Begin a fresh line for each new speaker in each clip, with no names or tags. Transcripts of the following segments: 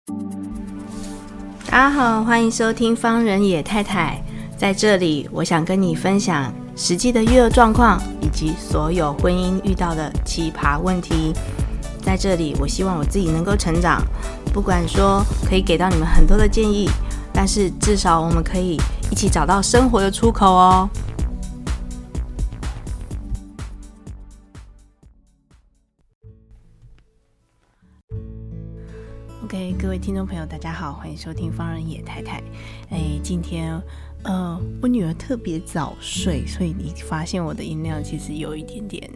大家好，欢迎收听方人野太太。在这里，我想跟你分享实际的育儿状况，以及所有婚姻遇到的奇葩问题。在这里，我希望我自己能够成长，不管说可以给到你们很多的建议，但是至少我们可以一起找到生活的出口哦。OK， 各位听众朋友，大家好，欢迎收听方人野太太。今天我女儿特别早睡，所以你发现我的音量其实有一点点，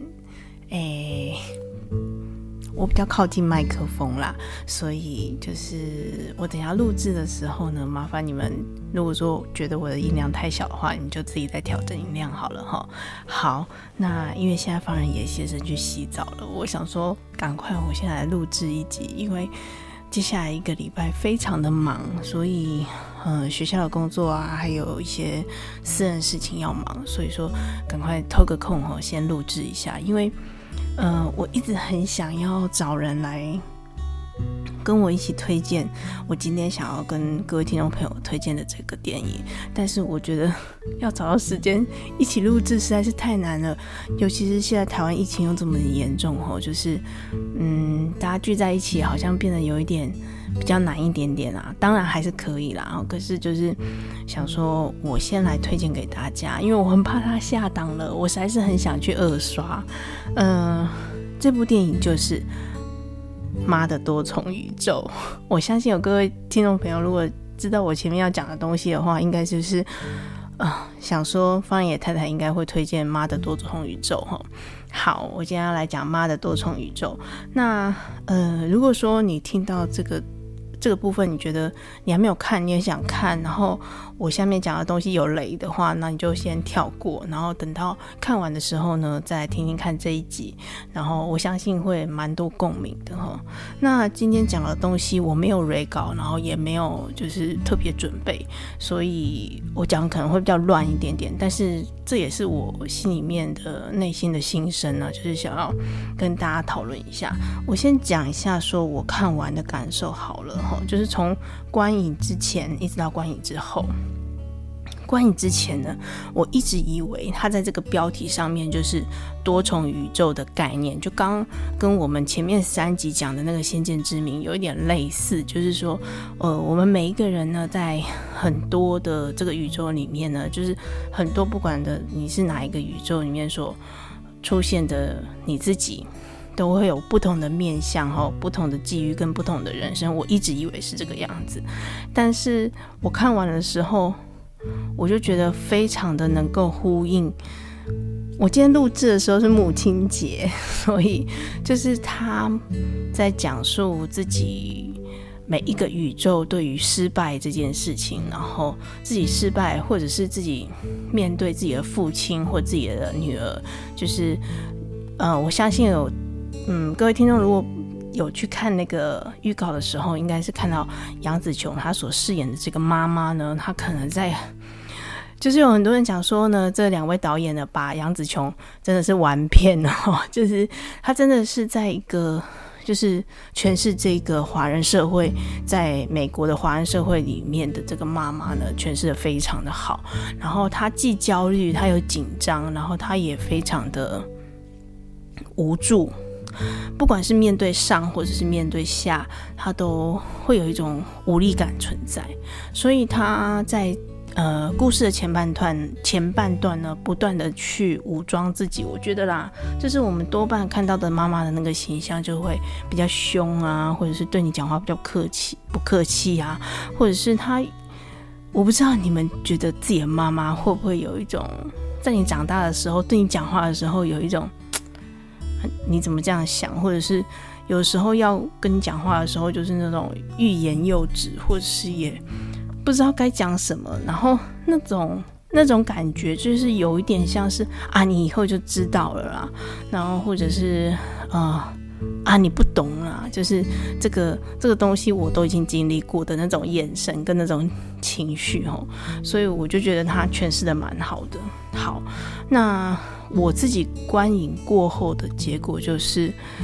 我比较靠近麦克风啦，所以就是我等一下录制的时候呢，麻烦你们如果说觉得我的音量太小的话，你们就自己再调整音量好了齁。好，那因为现在方人野先生去洗澡了，我想说赶快我先来录制一集，因为接下来一个礼拜非常的忙，所以学校的工作啊，还有一些私人事情要忙，所以说赶快偷个空先录制一下，因为我一直很想要找人来跟我一起推荐我今天想要跟各位听众朋友推荐的这个电影，但是我觉得要找到时间一起录制实在是太难了，尤其是现在台湾疫情又这么严重就是大家聚在一起好像变得有一点比较难一点点啦，当然还是可以啦，可是就是想说我先来推荐给大家，因为我很怕它下档了，我实在是很想去二刷。这部电影就是妈的多重宇宙。我相信有各位听众朋友如果知道我前面要讲的东西的话，应该就是想说方人野太太应该会推荐妈的多重宇宙。好，我今天要来讲妈的多重宇宙。那如果说你听到这个部分你觉得你还没有看，你也想看，然后我下面讲的东西有雷的话，那你就先跳过，然后等到看完的时候呢再来听听看这一集，然后我相信会蛮多共鸣的那今天讲的东西我没有蕊稿，然后也没有就是特别准备，所以我讲可能会比较乱一点点，但是这也是我心里面的内心的心声啊，就是想要跟大家讨论一下。我先讲一下说我看完的感受好了就是从观影之前一直到观影之后。观影之前呢，我一直以为它在这个标题上面就是多重宇宙的概念，就刚跟我们前面3集讲的那个先见之明有一点类似，就是说我们每一个人呢在很多的这个宇宙里面呢，就是很多不管的你是哪一个宇宙里面所出现的你自己都会有不同的面向不同的际遇跟不同的人生，我一直以为是这个样子，但是我看完的时候我就觉得非常的能够呼应。我今天录制的时候是母亲节，所以就是他在讲述自己每一个宇宙对于失败这件事情，然后自己失败或者是自己面对自己的父亲或自己的女儿，就是我相信有各位听众如果有去看那个预告的时候，应该是看到杨紫琼她所饰演的这个妈妈呢，她可能在就是有很多人讲说呢，这2位导演呢把杨紫琼真的是玩骗了就是她真的是在一个就是诠释这个华人社会，在美国的华人社会里面的这个妈妈呢诠释的非常的好，然后她既焦虑，她有紧张，然后她也非常的无助，不管是面对上或者是面对下，他都会有一种无力感存在，所以他在故事的前半段呢，不断的去武装自己。我觉得啦，就是我们多半看到的妈妈的那个形象，就会比较凶啊，或者是对你讲话比较不客气啊，或者是我不知道你们觉得自己的妈妈会不会有一种，在你长大的时候对你讲话的时候有一种你怎么这样想，或者是有时候要跟你讲话的时候就是那种欲言又止，或者是也不知道该讲什么，然后那种感觉就是有一点像是你以后就知道了啦，然后或者是你不懂啦，就是这个东西我都已经经历过的那种眼神跟那种情绪所以我就觉得他诠释的蛮好的。好，那我自己观影过后的结果就是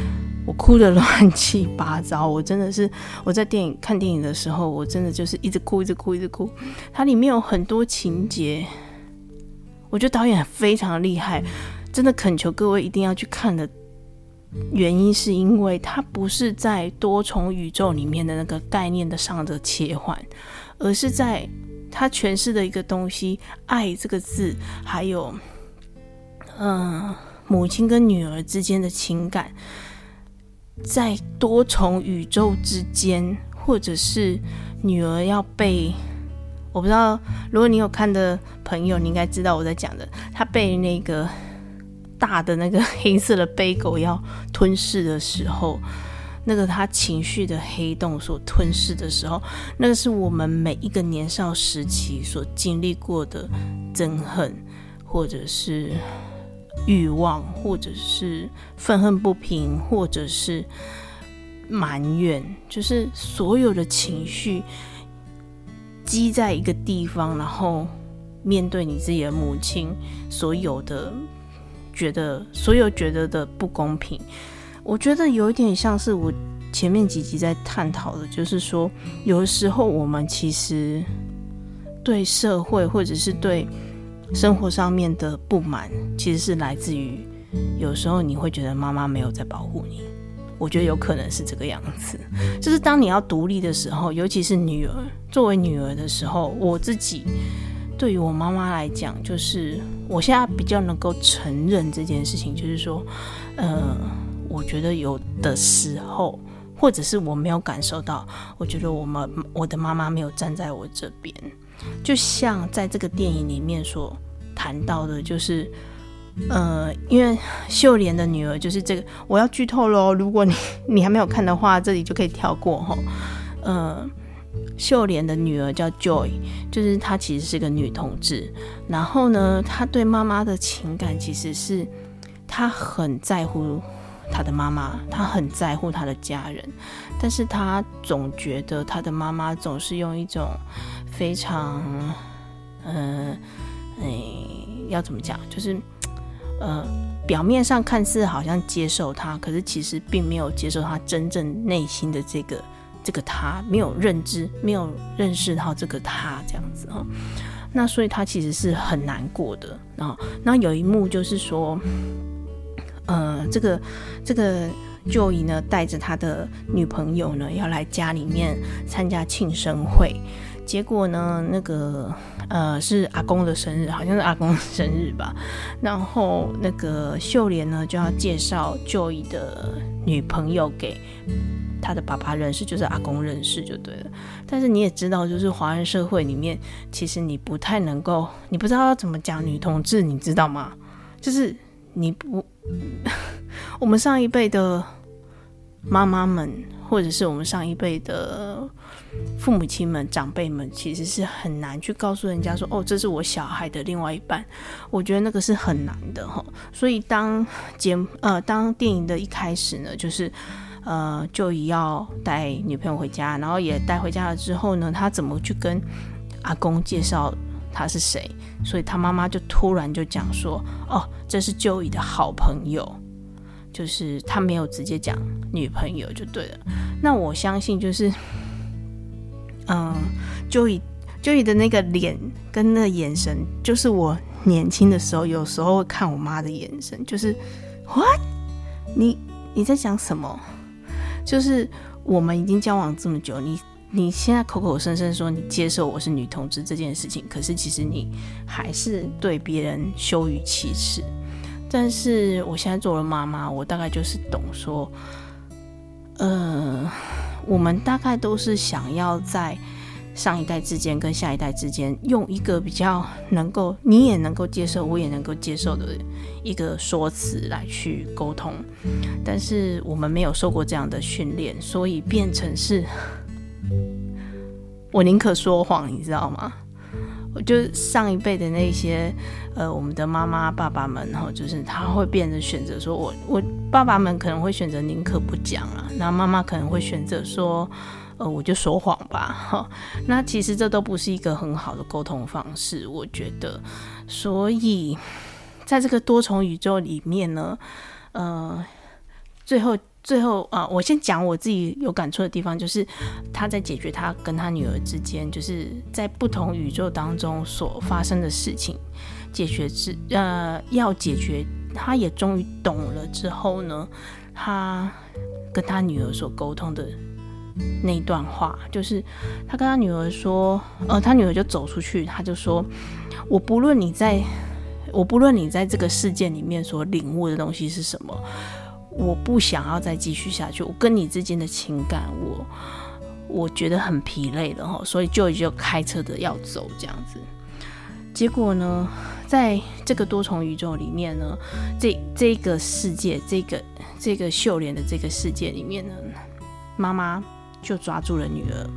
我哭得乱七八糟。我真的是我在看电影的时候，我真的就是一直哭。它里面有很多情节，我觉得导演非常厉害，真的恳求各位一定要去看的原因是因为它不是在多重宇宙里面的那个概念的上的切换，而是在它诠释的一个东西，爱这个字，还有母亲跟女儿之间的情感，在多重宇宙之间，或者是女儿要被，我不知道，如果你有看的朋友，你应该知道我在讲的，她被那个大的那个黑色的背狗要吞噬的时候，那个他情绪的黑洞所吞噬的时候，那个是我们每一个年少时期所经历过的憎恨，或者是欲望，或者是愤恨不平，或者是埋怨，就是所有的情绪积在一个地方，然后面对你自己的母亲所有觉得的不公平。我觉得有一点像是我前面几集在探讨的，就是说有的时候我们其实对社会或者是对生活上面的不满，其实是来自于有时候你会觉得妈妈没有在保护你。我觉得有可能是这个样子，就是当你要独立的时候，尤其是作为女儿的时候，我自己对于我妈妈来讲，就是我现在比较能够承认这件事情，就是说我觉得有的时候，或者是我没有感受到，我觉得我的妈妈没有站在我这边。就像在这个电影里面所谈到的，就是因为秀莲的女儿就是这个，我要剧透咯，如果你还没有看的话，这里就可以跳过秀莲的女儿叫 Joy， 就是她其实是个女同志，然后呢，她对妈妈的情感其实是她很在乎她的妈妈，她很在乎她的家人，但是她总觉得她的妈妈总是用一种非常要怎么讲，就是表面上看似好像接受她，可是其实并没有接受她真正内心的这个她，没有认识到这个她这样子那所以她其实是很难过的。然后有一幕就是说这个Joey 呢带着他的女朋友呢要来家里面参加庆生会，结果呢那个是阿公的生日，好像是阿公的生日吧，然后那个秀莲呢就要介绍 Joey 的女朋友给他的爸爸认识，就是阿公认识就对了。但是你也知道，就是华人社会里面，其实你不太能够，你不知道要怎么讲女同志，你知道吗？就是我们上一辈的妈妈们，或者是我们上一辈的父母亲们、长辈们，其实是很难去告诉人家说，这是我小孩的另外一半。我觉得那个是很难的所以当电影的一开始呢，就是就要带女朋友回家，然后也带回家了之后呢，他怎么去跟阿公介绍他是谁？所以他妈妈就突然就讲说，这是 Joey 的好朋友，就是他没有直接讲女朋友就对了。那我相信就是Joey 的那个脸跟那个眼神，就是我年轻的时候有时候会看我妈的眼神，就是 What？ 你在讲什么？就是我们已经交往这么久，你现在口口声声说你接受我是女同志这件事情，可是其实你还是对别人羞于启齿。但是我现在做了妈妈，我大概就是懂说我们大概都是想要在上一代之间跟下一代之间用一个比较能够你也能够接受我也能够接受的一个说辞来去沟通，但是我们没有受过这样的训练，所以变成是我宁可说谎，你知道吗？我就上一辈的那些我们的妈妈爸爸们就是他会变成选择说我爸爸们可能会选择宁可不讲啊，然后妈妈可能会选择说我就说谎吧那其实这都不是一个很好的沟通方式，我觉得。所最在这个多重宇宙里面呢最最后我先讲我自己有感触的地方，就是他在解决他跟他女儿之间，就是在不同宇宙当中所发生的事情，要解决，他也终于懂了之后呢，他跟他女儿所沟通的那一段话，就是他跟他女儿说，他女儿就走出去，他就说，我不论你在这个事件里面所领悟的东西是什么，我不想要再继续下去，我跟你之间的情感，我觉得很疲累了，所以就开车的要走这样子。结果呢，在这个多重宇宙里面呢，这个世界，这个秀莲的这个世界里面呢，妈妈就抓住了女儿。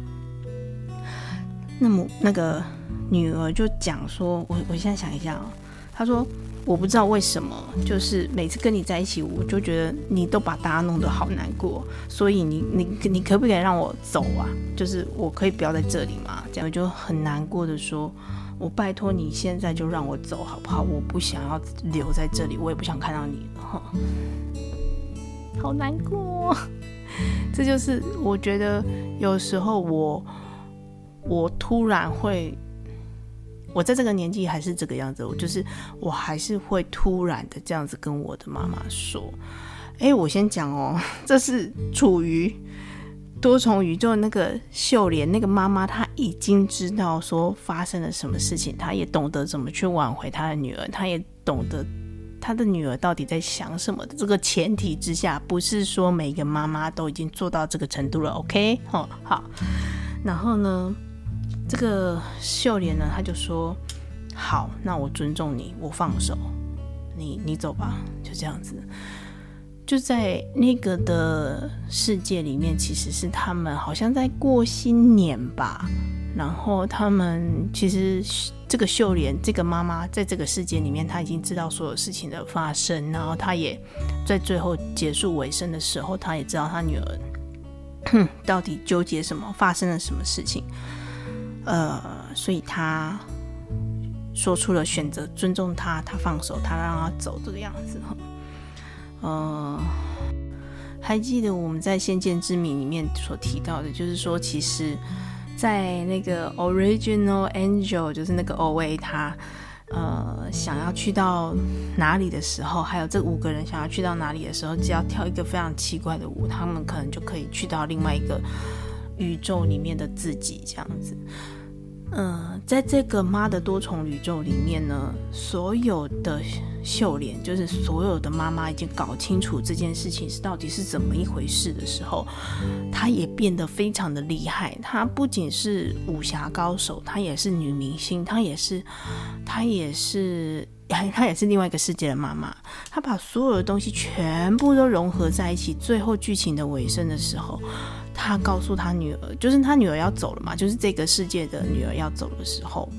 那个女儿就讲说，我现在想一下她说，我不知道为什么，就是每次跟你在一起，我就觉得你都把大家弄得好难过，所以你可不可以让我走啊？就是我可以不要在这里吗？这样我就很难过的说，我拜托你现在就让我走好不好？我不想要留在这里，我也不想看到你了，好难过。这就是我觉得有时候我突然会，我在这个年纪还是这个样子，我还是会突然的这样子跟我的妈妈说，我先讲这是处于多重宇宙那个秀莲那个妈妈，她已经知道说发生了什么事情，她也懂得怎么去挽回她的女儿，她也懂得她的女儿到底在想什么的。这个前提之下，不是说每个妈妈都已经做到这个程度了 OK 好，然后呢这个秀莲呢，她就说好，那我尊重你，我放手，你走吧，就这样子。就在那个的世界里面，其实是他们好像在过新年吧，然后他们其实这个秀莲这个妈妈在这个世界里面，她已经知道所有事情的发生，然后她也在最后结束尾声的时候，她也知道她女儿到底纠结什么，发生了什么事情，所以她说出了选择，尊重她，她放手，她让她走这个样子。还记得我们在《先见之明》里面所提到的，就是说其实在那个 Original Angel， 就是那个 OA 他想要去到哪里的时候，还有这5个人想要去到哪里的时候，只要跳一个非常奇怪的舞，他们可能就可以去到另外一个宇宙里面的自己这样子。在这个妈的多重宇宙里面呢，所有的秀莲，就是所有的妈妈已经搞清楚这件事情到底是怎么一回事的时候，她也变得非常的厉害。她不仅是武侠高手，她也是女明星，她也是另外一个世界的妈妈。她把所有的东西全部都融合在一起，最后剧情的尾声的时候，他告诉他女儿，就是他女儿要走了嘛，就是这个世界的女儿要走的时候，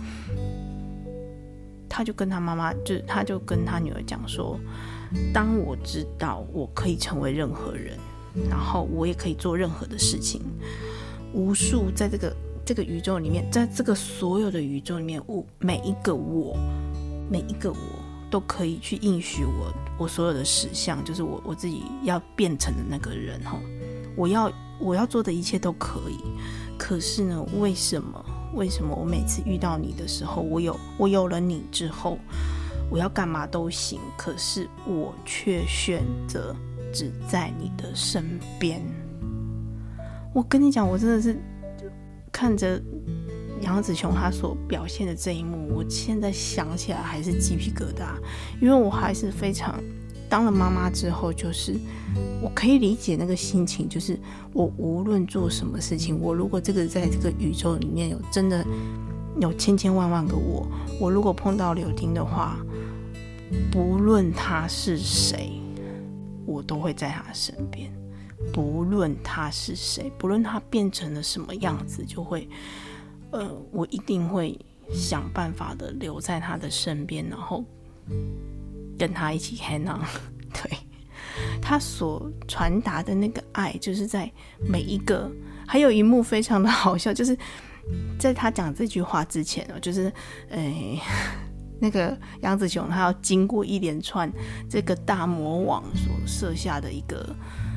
他就跟他妈妈，他就跟他女儿讲说，当我知道我可以成为任何人，然后我也可以做任何的事情，无数在这个宇宙里面，在这个所有的宇宙里面，每一个我都可以去应许我所有的实相，就是我自己要变成的那个人。我要做的一切都可以，可是呢，为什么我每次遇到你的时候，我有了你之后，我要干嘛都行，可是我却选择只在你的身边。我跟你讲，我真的是看着杨紫琼她所表现的这一幕，我现在想起来还是鸡皮疙瘩，因为我还是非常当了妈妈之后，就是我可以理解那个心情，就是我无论做什么事情，我如果在这个宇宙里面真的有千千万万个我如果碰到柳丁的话，不论他是谁，我都会在他身边，不论他是谁，不论他变成了什么样子，就会我一定会想办法的留在他的身边，然后跟他一起 hang on。 对，他所传达的那个爱，就是在每一个，还有一幕非常的好笑，就是在他讲这句话之前就是那个杨紫琼她要经过一连串这个大魔王所设下的一个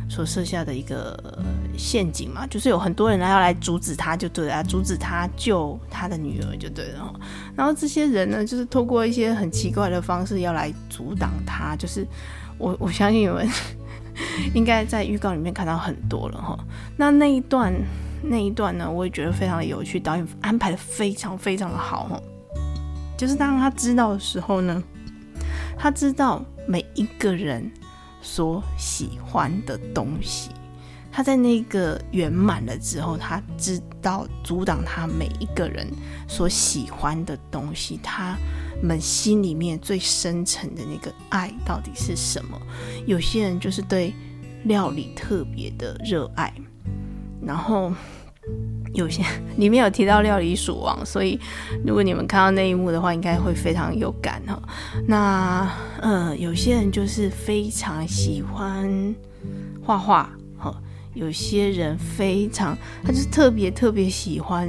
所设下的一个陷阱嘛，就是有很多人要来阻止他就对了，阻止他救他的女儿就对了。然后这些人呢，就是透过一些很奇怪的方式要来阻挡他，就是我相信你们应该在预告里面看到很多了哈。那一段呢，我也觉得非常的有趣，导演安排的非常非常的好哈。就是当他知道的时候呢，他知道每一个人所喜欢的东西，他在那个圆满了之后，他知道阻挡他每一个人所喜欢的东西，他们心里面最深层的那个爱到底是什么。有些人就是对料理特别的热爱，然后有些里面有提到料理鼠王，所以如果你们看到那一幕的话，应该会非常有感哈。那有些人就是非常喜欢画画哈，有些人他就是特别喜欢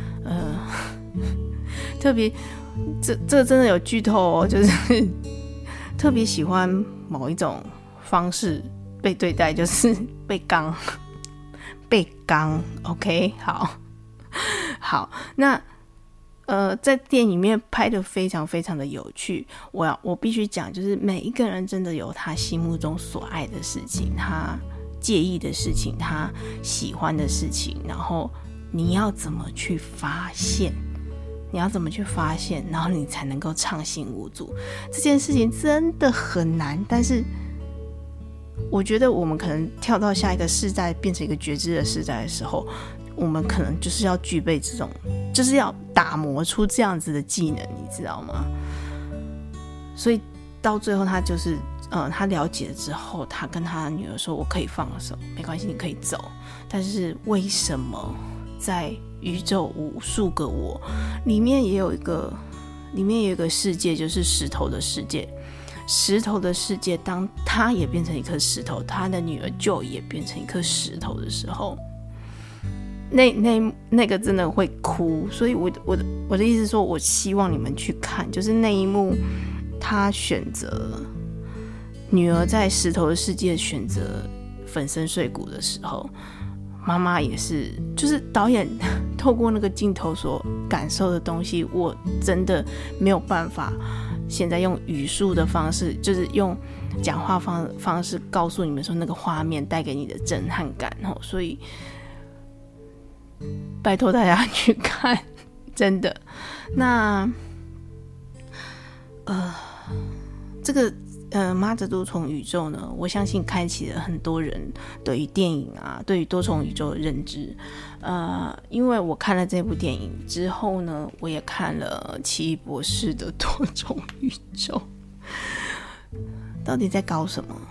特别这个真的有剧透哦，就是特别喜欢某一种方式被对待，就是被刚 OK 好，那在电影里面拍得非常非常的有趣。我必须讲，就是每一个人真的有他心目中所爱的事情，他介意的事情，他喜欢的事情，然后你要怎么去发现，然后你才能够畅行无阻。这件事情真的很难，但是我觉得我们可能跳到下一个世代，变成一个觉知的世代的时候，我们可能就是要具备这种，就是要打磨出这样子的技能，你知道吗？所以到最后他就是他了解了之后，他跟他女儿说，我可以放手，没关系，你可以走。但是为什么在宇宙无数个我里面有一个世界，就是石头的世界。石头的世界，当他也变成一颗石头，他的女儿就也变成一颗石头的时候，那个真的会哭。所以我的意思是说，我希望你们去看，就是那一幕，他选择女儿在石头的世界选择粉身碎骨的时候，妈妈也是，就是导演透过那个镜头所感受的东西，我真的没有办法现在用语速的方式，就是用讲话方式告诉你们说那个画面带给你的震撼感，所以拜托大家去看，真的。那这个妈的多重宇宙呢，我相信开启了很多人对于电影啊，对于多重宇宙的认知。因为我看了这部电影之后呢，我也看了奇异博士的多重宇宙，到底在搞什么？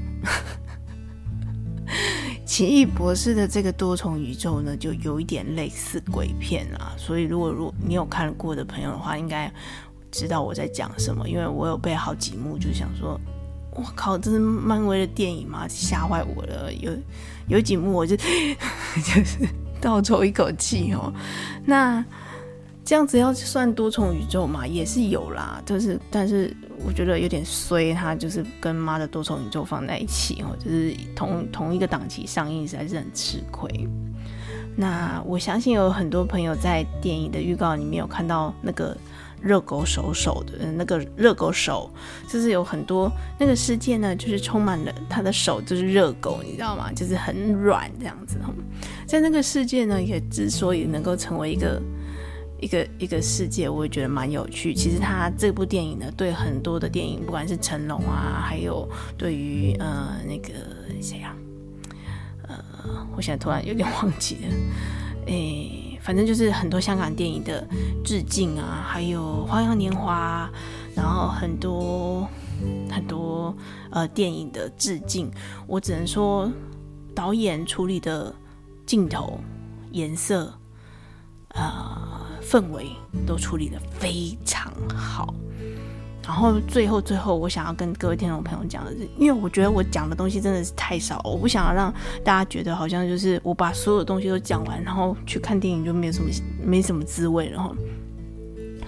奇异博士的这个多重宇宙呢，就有一点类似鬼片啦，所以如果你有看过的朋友的话，应该知道我在讲什么，因为我有被好几幕就想说，我靠，这是漫威的电影吗？吓坏我了。有几幕我就是倒抽一口气哦。那这样子要算多重宇宙嘛，也是有啦，但是我觉得有点衰，它就是跟妈的多重宇宙放在一起哦，就是同一个档期上映，实在是很吃亏。那我相信有很多朋友在电影的预告里面有看到那个热狗手的那个热狗手，就是有很多那个世界呢，就是充满了他的手就是热狗，你知道吗？就是很软这样子。在那个世界呢，也之所以能够成为一个世界，我也觉得蛮有趣。其实他这部电影呢，对很多的电影，不管是成龙啊，还有对于那个谁啊，我现在突然有点忘记了，反正就是很多香港电影的致敬啊，还有花样年华，然后很多电影的致敬。我只能说导演处理的镜头、颜色、氛围都处理得非常好。然后最后我想要跟各位听众朋友讲的是，因为我觉得我讲的东西真的是太少，我不想要让大家觉得好像就是我把所有东西都讲完，然后去看电影就没什么滋味了。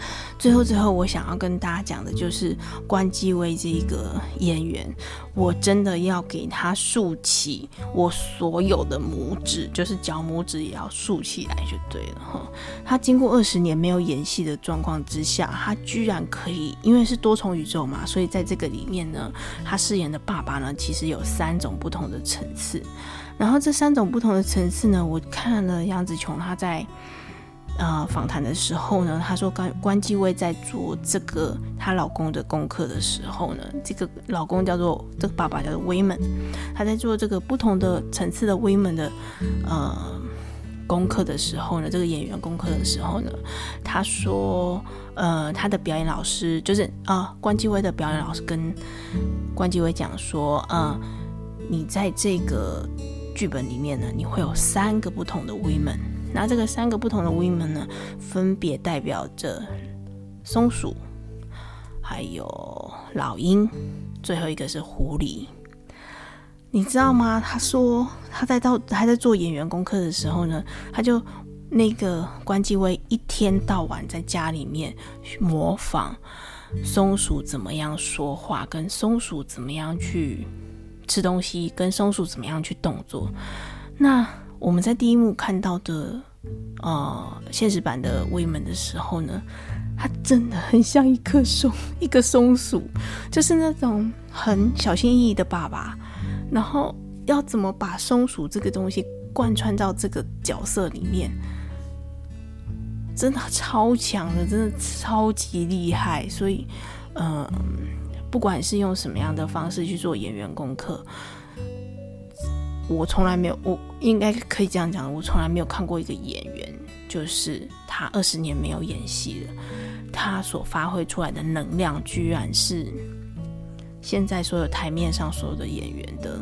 最后我想要跟大家讲的就是关继威这个演员，我真的要给他竖起我所有的拇指，就是脚拇指也要竖起来就对了。他经过20年没有演戏的状况之下，他居然可以，因为是多重宇宙嘛，所以在这个里面呢，他饰演的爸爸呢其实有3种不同的层次。然后这3种不同的层次呢，我看了杨紫琼她在访谈的时候呢，她说关继威在做这个她老公的功课的时候呢，这个老公这个爸爸叫做威门，他在做这个不同的层次的威门的功课的时候呢，这个演员功课的时候呢，他说他的表演老师就是关继威的表演老师跟关继威讲说你在这个剧本里面呢，你会有3个不同的 women， 那这个3个不同的 women 呢，分别代表着松鼠，还有老鹰，最后一个是狐狸。你知道吗？他说他在做演员功课的时候呢，他就那个关继威一天到晚在家里面模仿松鼠怎么样说话，跟松鼠怎么样去吃东西，跟松鼠怎么样去动作。那我们在第一幕看到的现实版的威门的时候呢，它真的很像一个松鼠，就是那种很小心翼翼的爸爸，然后要怎么把松鼠这个东西贯穿到这个角色里面，真的超强的，真的超级厉害。所以不管是用什么样的方式去做演员功课，我从来没有，我应该可以这样讲，我从来没有看过一个演员，就是他20年没有演戏了，他所发挥出来的能量居然是现在所有台面上所有的演员的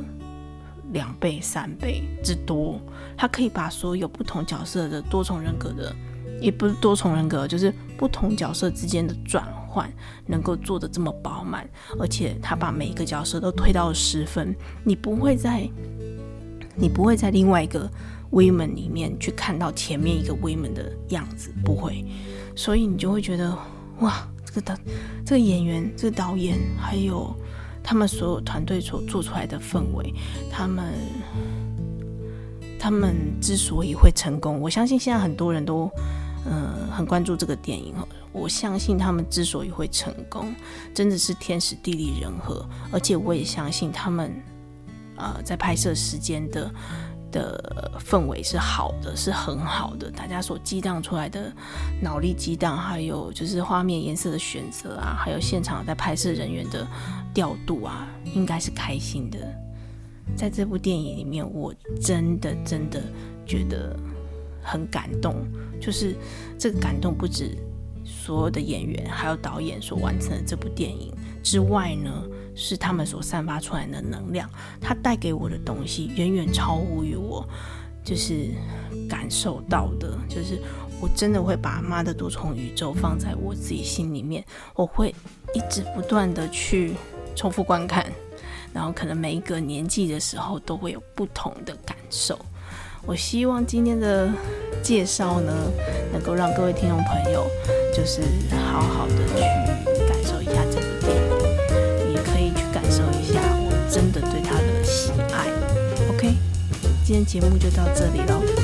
2倍3倍之多。他可以把所有不同角色的多重人格的，也不是多重人格，就是不同角色之间的转换能够做得这么饱满，而且他把每一个角色都推到了10分，你不会在另外一个 women 里面去看到前面一个 women 的样子，不会。所以你就会觉得哇，这个演员，这个导演，还有他们所有团队所做出来的氛围，他们之所以会成功，我相信现在很多人都很关注这个电影，我相信他们之所以会成功，真的是天时地利人和，而且我也相信他们在拍摄时间的氛围是好的，是很好的，大家所激荡出来的脑力激荡，还有就是画面颜色的选择啊，还有现场在拍摄人员的调度啊，应该是开心的。在这部电影里面，我真的觉得很感动，就是这个感动不止所有的演员还有导演所完成的这部电影之外呢，是他们所散发出来的能量，它带给我的东西远远超乎于我就是感受到的，就是我真的会把妈的多重宇宙放在我自己心里面，我会一直不断的去重复观看，然后可能每一个年纪的时候都会有不同的感受。我希望今天的介绍呢，能够让各位听众朋友就是好好的去感受一下这部电影，也可以去感受一下我真的对它的喜爱。OK， 今天节目就到这里咯。